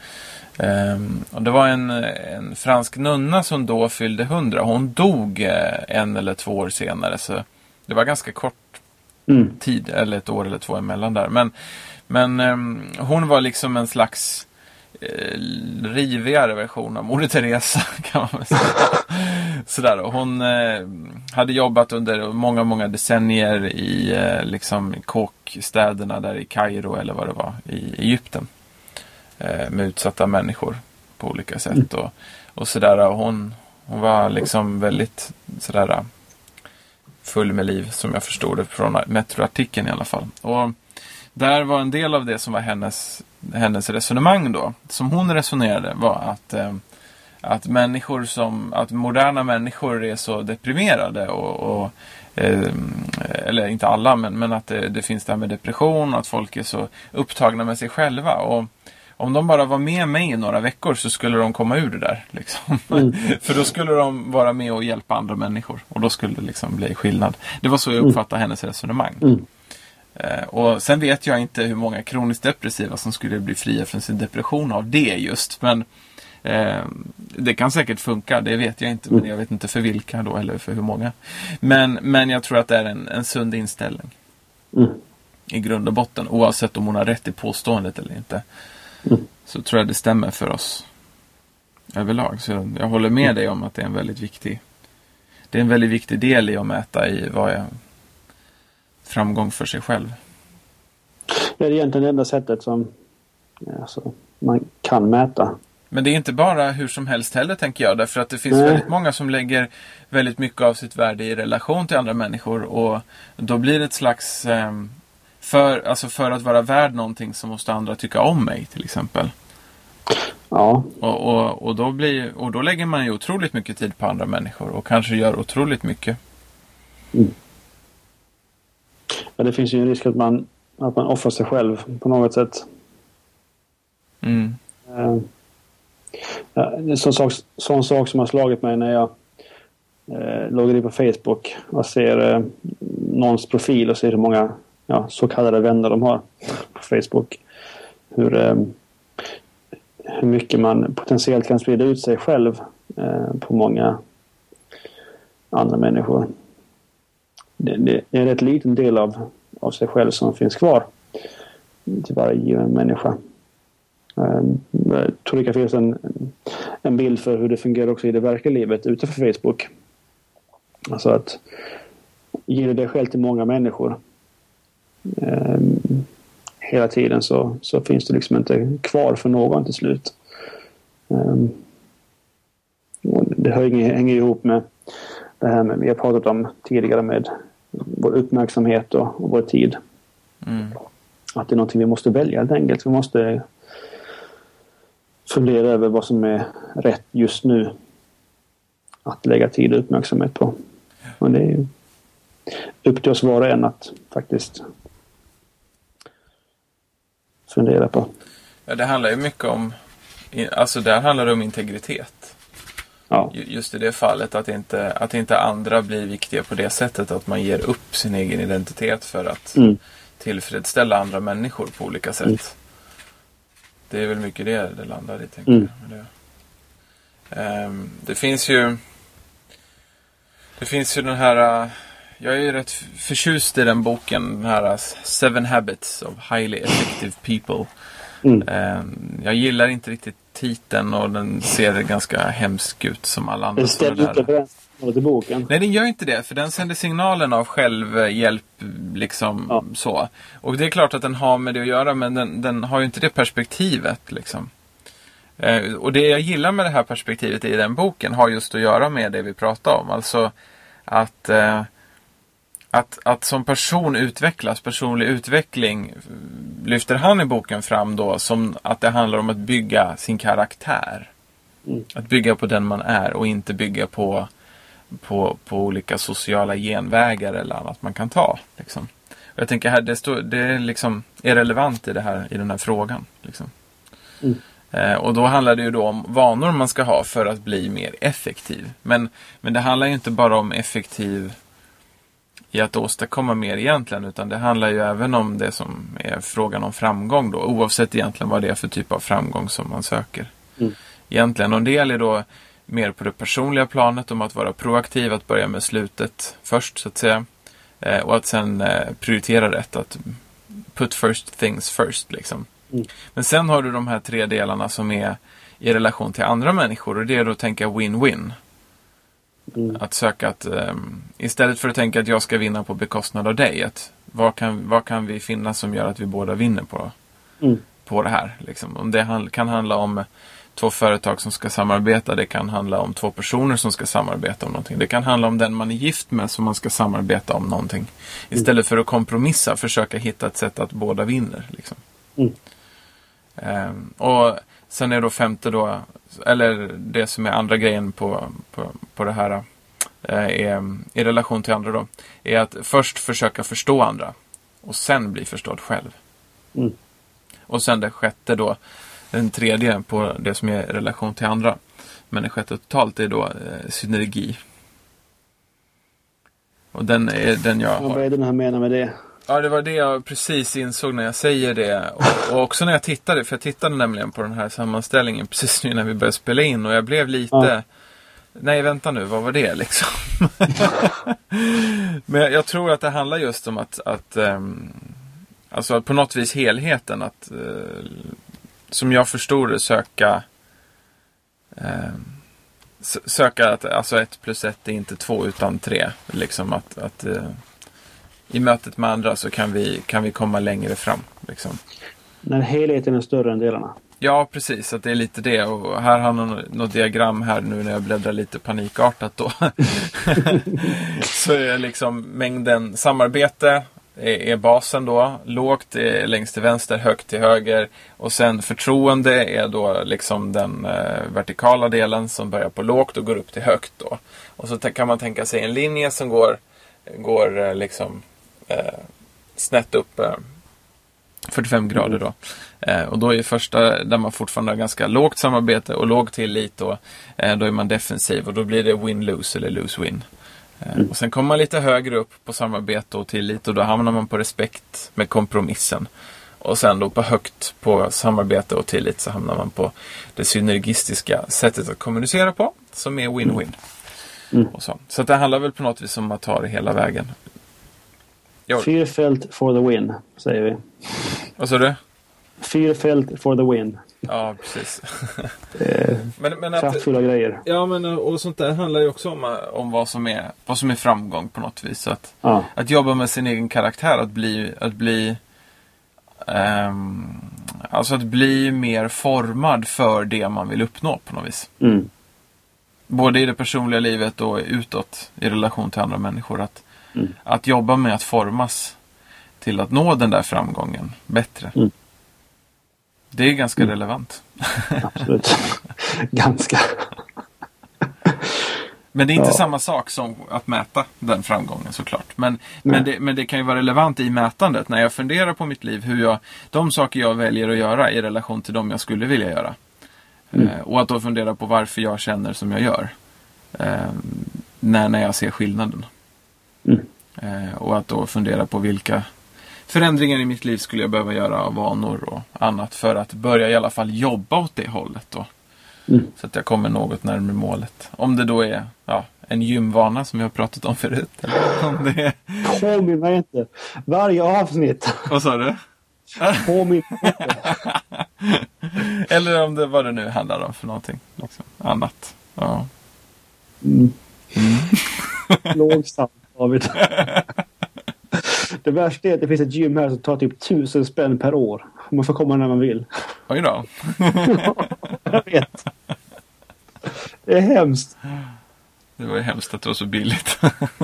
Um, och det var en, en fransk nunna som då fyllde hundra. Hon dog eh, en eller två år senare, så det var ganska kort mm. tid, eller ett år eller två emellan där. Men, men um, hon var liksom en slags eh, rivigare version av Moder Teresa, kan man väl säga. Sådär, och hon eh, hade jobbat under många, många decennier i eh, liksom kåkstäderna där i Kairo eller vad det var, i Egypten. Med utsatta människor på olika sätt och, och sådär. Och hon, hon var liksom väldigt sådär full med liv, som jag förstod det från Metro-artikeln i alla fall. Och där var en del av det som var hennes, hennes resonemang då, som hon resonerade, var att, eh, att människor som, att moderna människor är så deprimerade och, och eh, eller inte alla, men, men att det, det finns det här med depression och att folk är så upptagna med sig själva. Och om de bara var med mig i några veckor så skulle de komma ur det där. Liksom. Mm. För då skulle de vara med och hjälpa andra människor. Och då skulle det liksom bli skillnad. Det var så jag uppfattade mm. hennes resonemang. Mm. Eh, och sen vet jag inte hur många kroniskt depressiva som skulle bli fria från sin depression av det just. Men eh, det kan säkert funka, det vet jag inte. Men jag vet inte för vilka då, eller för hur många. Men, men jag tror att det är en, en sund inställning. Mm. I grund och botten. Oavsett om hon har rätt i påståendet eller inte. Mm. Så tror jag det stämmer för oss överlag. Så jag, jag håller med mm. dig om att det är en väldigt viktig det är en väldigt viktig del i att mäta i vad är framgång för sig själv. Det är egentligen det enda sättet som alltså, man kan mäta. Men det är inte bara hur som helst heller, tänker jag. Därför att det finns Nej. väldigt många som lägger väldigt mycket av sitt värde i relation till andra människor. Och då blir det ett slags eh, För, alltså för att vara värd någonting så måste andra tycka om mig, till exempel. Ja. Och, och, och, då blir, och då lägger man ju otroligt mycket tid på andra människor. Och kanske gör otroligt mycket. Mm. Ja, det finns ju en risk att man, att man offrar sig själv på något sätt. Mm. Uh, ja, det är en sån sak, sån sak som har slagit mig när jag uh, loggar in på Facebook och ser uh, någons profil och ser hur många ja, så kallade vänner de har på Facebook. Hur, eh, hur mycket man potentiellt kan sprida ut sig själv eh, på många andra människor. Det, det är en rätt liten del av, av sig själv som finns kvar till varje given människa. Eh, jag tror det kan finnas en, en bild för hur det fungerar också i det verkliga livet utanför Facebook. Alltså att ger du dig själv till många människor Um, hela tiden så, så finns det liksom inte kvar för någon till slut. Um, det hänger, hänger ihop med det här med, vi har pratat om tidigare med vår uppmärksamhet och, och vår tid. Mm. Att det är någonting vi måste välja helt enkelt. Vi måste fundera över vad som är rätt just nu att lägga tid och uppmärksamhet på. Och det är ju upp till oss var och en att faktiskt fundera på. Ja, det handlar ju mycket om, alltså där handlar det om integritet. Ja. Just i det fallet att inte, att inte andra blir viktiga på det sättet att man ger upp sin egen identitet för att mm. tillfredsställa andra människor på olika sätt. Det är väl mycket det det landar i, tänker Mm. jag. Det, um, det finns ju det finns ju den här uh, jag är ju rätt förtjust i den boken, den här uh, Seven Habits of Highly Effective People. Mm. Um, jag gillar inte riktigt titeln och den ser ganska hemsk ut som alla andra. Den stämmer inte överens med boken. Nej, den gör inte det, för den sänder signalen av självhjälp liksom, ja. så. Och det är klart att den har med det att göra, men den, den har ju inte det perspektivet liksom. Eh, och det jag gillar med det här perspektivet i den boken har just att göra med det vi pratar om. Alltså att, eh, att, att som person utvecklas, personlig utveckling lyfter han i boken fram då som att det handlar om att bygga sin karaktär. Mm. Att bygga på den man är och inte bygga på På, på olika sociala genvägar eller annat man kan ta. Liksom. Och jag tänker här, det, står, det är, liksom, är relevant i, det här, i den här frågan. Liksom. Mm. Eh, och då handlar det ju då om vanor man ska ha för att bli mer effektiv. Men, men det handlar ju inte bara om effektiv i att åstadkomma mer egentligen, utan det handlar ju även om det som är frågan om framgång då, oavsett egentligen vad det är för typ av framgång som man söker. Mm. Egentligen, och en del är då mer på det personliga planet, om att vara proaktiv, att börja med slutet först så att säga. Eh, och att sen eh, prioritera rätt, att put first things first liksom. Mm. Men sen har du de här tre delarna som är i relation till andra människor, och det är då att tänka win-win. Mm. Att söka att eh, istället för att tänka att jag ska vinna på bekostnad av dig, att vad kan, vad kan vi finna som gör att vi båda vinner på, Mm. på det här liksom. Om det hand, kan handla om två företag som ska samarbeta. Det kan handla om två personer som ska samarbeta om någonting. Det kan handla om den man är gift med som man ska samarbeta om någonting. Istället för att kompromissa, försöka hitta ett sätt att båda vinner. Liksom. Mm. Ehm, och sen är då femte då, eller det som är andra grejen på, på, på det här eh, är, i relation till andra då, är att först försöka förstå andra och sen bli förstådd själv. Mm. Och sen det sjätte då, den tredje på det som är relation till andra. Men det sjätte totalt är då eh, synergi. Och den är den jag har. Vad är det här menar med det? Ja, det var det jag precis insåg när jag säger det. Och, och också när jag tittade, för jag tittade nämligen på den här sammanställningen precis nu när vi började spela in. Och jag blev lite... Ja. Nej, vänta nu, vad var det liksom? Men jag, jag tror att det handlar just om att... att um, alltså att på något vis helheten, att... Uh, som jag förstår det, söka eh, söka att alltså ett plus ett är inte två utan tre. Liksom att, att eh, i mötet med andra så kan vi, kan vi komma längre fram. Liksom. När helheten är större än delarna. Ja, precis. Att det är lite det. Och här har jag något diagram här nu när jag bläddrar lite panikartat då. Så är liksom mängden samarbete är basen då. Lågt är längst till vänster, högt till höger. Och sen förtroende är då liksom den eh, vertikala delen som börjar på lågt och går upp till högt då. Och så kan man tänka sig en linje som går, går eh, liksom eh, snett upp eh, fyrtiofem grader då. Eh, och då är första där man fortfarande har ganska lågt samarbete och låg tillit då. Eh, då är man defensiv och då blir det win-lose eller lose-win. Mm. Och sen kommer man lite högre upp på samarbete och tillit och då hamnar man på respekt med kompromissen. Och sen då på högt på samarbete och tillit så hamnar man på det synergistiska sättet att kommunicera på som är win-win. Mm. Och så så att det handlar väl på något vis om att ta det hela vägen. Fyrfält for the win, säger vi. Vad sa du? Fyrfält for the win. Ja, precis. Eh, men, men att, kraftfulla grejer. Ja, men och sånt där handlar ju också om, om vad, som är, vad som är framgång på något vis. Att, ja. att jobba med sin egen karaktär, att bli, att bli um, alltså att bli mer formad för det man vill uppnå på något vis. Mm. Både i det personliga livet och utåt i relation till andra människor. Att, mm. att jobba med att formas till att nå den där framgången bättre. Mm. Det är ganska mm. relevant. Absolut. Ganska. Men det är inte ja. samma sak som att mäta den framgången såklart. Men, men, det, men det kan ju vara relevant i mätandet. När jag funderar på mitt liv, hur jag, de saker jag väljer att göra i relation till de jag skulle vilja göra. Mm. Eh, och att då fundera på varför jag känner som jag gör. Eh, när, när jag ser skillnaden. Mm. Eh, och att då fundera på vilka förändringar i mitt liv skulle jag behöva göra av vanor och annat för att börja i alla fall jobba åt det hållet då. Mm. Så att jag kommer något närmare målet. Om det då är ja, en gymvana som vi har pratat om förut. Eller om det är... Påminn mig inte. Varje avsnitt. Vad sa du? Påminn mig inte. Eller om det vad det nu handlar om för någonting. Liksom. Annat. Ja. Mm. Mm. Lågsamt, David. Det värsta är att det finns ett gym här som tar typ tusen spänn per år. Man får komma när man vill. Oj då. Jag vet. Det är hemskt. Det var ju hemskt att det var så billigt.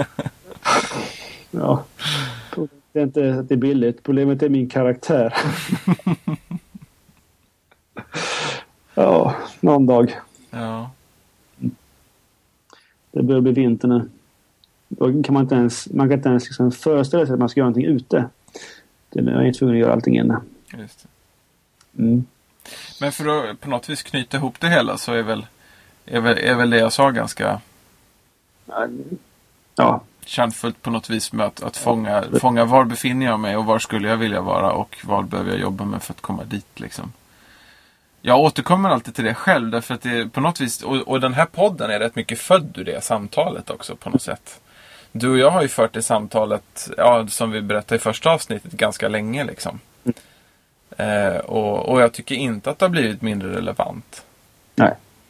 Ja. Problemet är inte att det är billigt. Problemet är min karaktär. Ja, någon dag. Ja. Det börjar bli vinter nu. Då kan man inte ens, man kan inte ens liksom föreställa sig att man ska göra någonting ute. Det är jag inte tvungen att göra allting inne. Just det. Mm. Men för att på något vis knyta ihop det hela så är väl, är väl, är väl det jag sa ganska ja. kärnfullt på något vis med att, att fånga, fånga var befinner jag mig och var skulle jag vilja vara och vad behöver jag jobba med för att komma dit liksom. Jag återkommer alltid till det själv därför att det på något vis, och, och den här podden är rätt mycket född ur det samtalet också på något sätt. Du och jag har ju fört det samtalet, ja, som vi berättade i första avsnittet, ganska länge liksom. Mm. Eh, och, och jag tycker inte att det har blivit mindre relevant. Nej.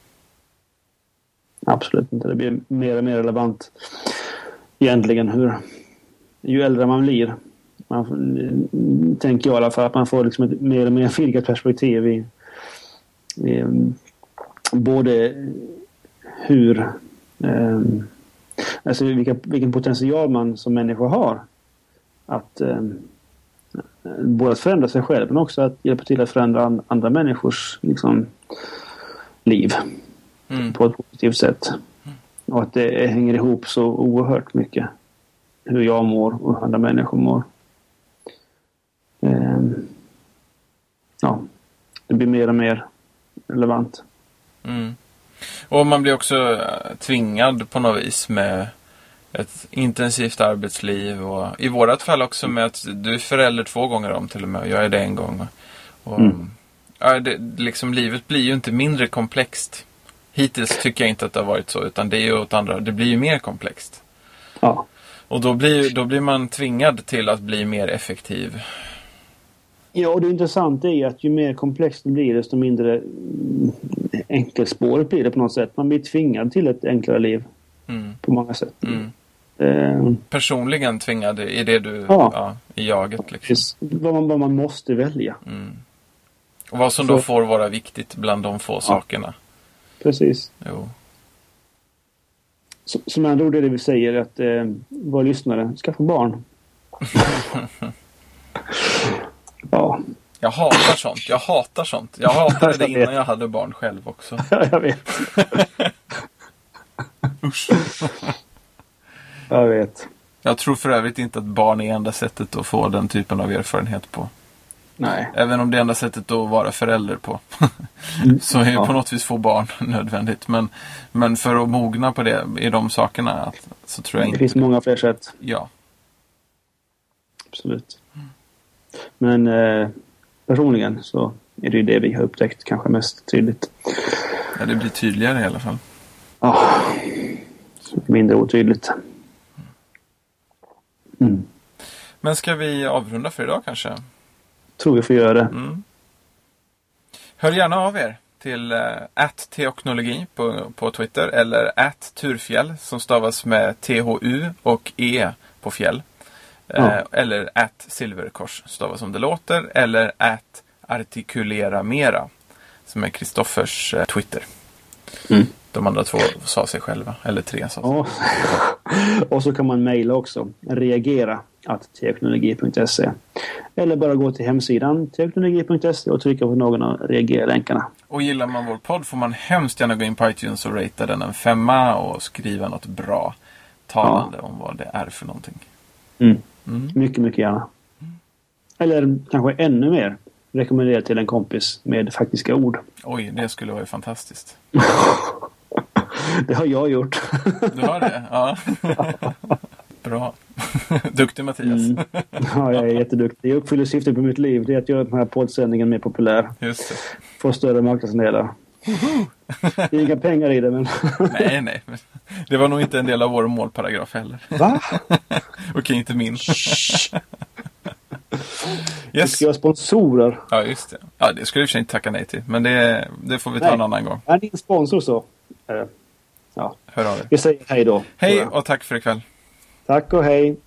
Absolut inte. Det blir mer och mer relevant egentligen hur ju äldre man blir. Man, tänker jag i alla fall att man får liksom ett mer och mer vidgat perspektiv i, i både hur eh, alltså vilka, vilken potential man som människa har att eh, både att förändra sig själv men också att hjälpa till att förändra andra människors liksom, liv mm. på ett positivt sätt. Mm. Och att det hänger ihop så oerhört mycket hur jag mår och hur andra människor mår. Eh, ja, det blir mer och mer relevant. Mm. Och man blir också tvingad på något vis med ett intensivt arbetsliv och i vårat fall också med att du är förälder två gånger om till och med och jag är det en gång. Och, mm. ja, det, liksom, livet blir ju inte mindre komplext. Hittills tycker jag inte att det har varit så utan det är ju åt andra, det blir ju mer komplext. Ja. Och då blir, då blir man tvingad till att bli mer effektiv. Ja, och det intressanta är att ju mer komplext det blir desto mindre enkelspåret blir det på något sätt. Man blir tvingad till ett enklare liv mm. på många sätt. Mm. Eh, Personligen tvingad i det du, ja, ja i jaget liksom. Vad man, vad man måste välja. Mm. Och vad som Så. då får vara viktigt bland de få ja. sakerna. Precis. Jo. Så, som andra ord är det vi säger att eh, våra lyssnare skaffa barn. Ja. Jag hatar sånt. Jag hatar sånt. Jag hatade det innan jag hade barn själv också. Ja, jag vet. Usch. Jag vet. Jag tror för övrigt inte att barn är enda sättet att få den typen av erfarenhet på. Nej. Även om det är enda sättet att vara förälder på. Så är ja. på något vis få barn nödvändigt. Men, men för att mogna på det i de sakerna så tror jag det inte. Det finns många fler sätt. Ja. Absolut. Men eh, personligen så är det ju det vi har upptäckt kanske mest tydligt. Ja, det blir tydligare i alla fall. Ja, mindre otydligt. Mm. Men ska vi avrunda för idag kanske? Tror vi får göra det. Mm. Hör gärna av er till at teoknologi på, på Twitter eller at turfjäll som stavas med T H U och E på fjäll. Ja. Eller at silverkors stavas som det låter. Eller at artikulera mera som är Kristoffers Twitter. Mm. De andra två sa sig själva. Eller tre sa sig. Ja. Och så kan man mejla också. Reagera at teoknologi punkt se. Eller bara gå till hemsidan teoknologi punkt se och trycka på någon av reagera-länkarna. Och gillar man vår podd får man hemskt gärna gå in på iTunes och ratea den en femma och skriva något bra talande ja. om vad det är för någonting. Mm. Mm. Mycket, mycket gärna. Mm. Eller kanske ännu mer rekommendera till en kompis med faktiska ord. Oj, det skulle vara ju fantastiskt. Det har jag gjort. Du har det? Ja. Bra. Duktig Mattias. Mm. Ja, jag är jätteduktig. Jag uppfyller syftet på mitt liv. Det är att göra den här poddsändningen mer populär. Just det. Få större marknadsandelar. Det är inga pengar i det, men... nej, nej. Det var nog inte en del av vår målparagraf heller. Va? Okej, inte min. Yes. Yes. Vi ska ha sponsorer. Ja, just det. Ja, det skulle jag i och för sig inte tacka nej till. Men det, det får vi ta nej. En annan gång. Är din sponsor så? Ja. Hör av er. Vi säger hej då. Hej och tack för ikväll. Tack och hej.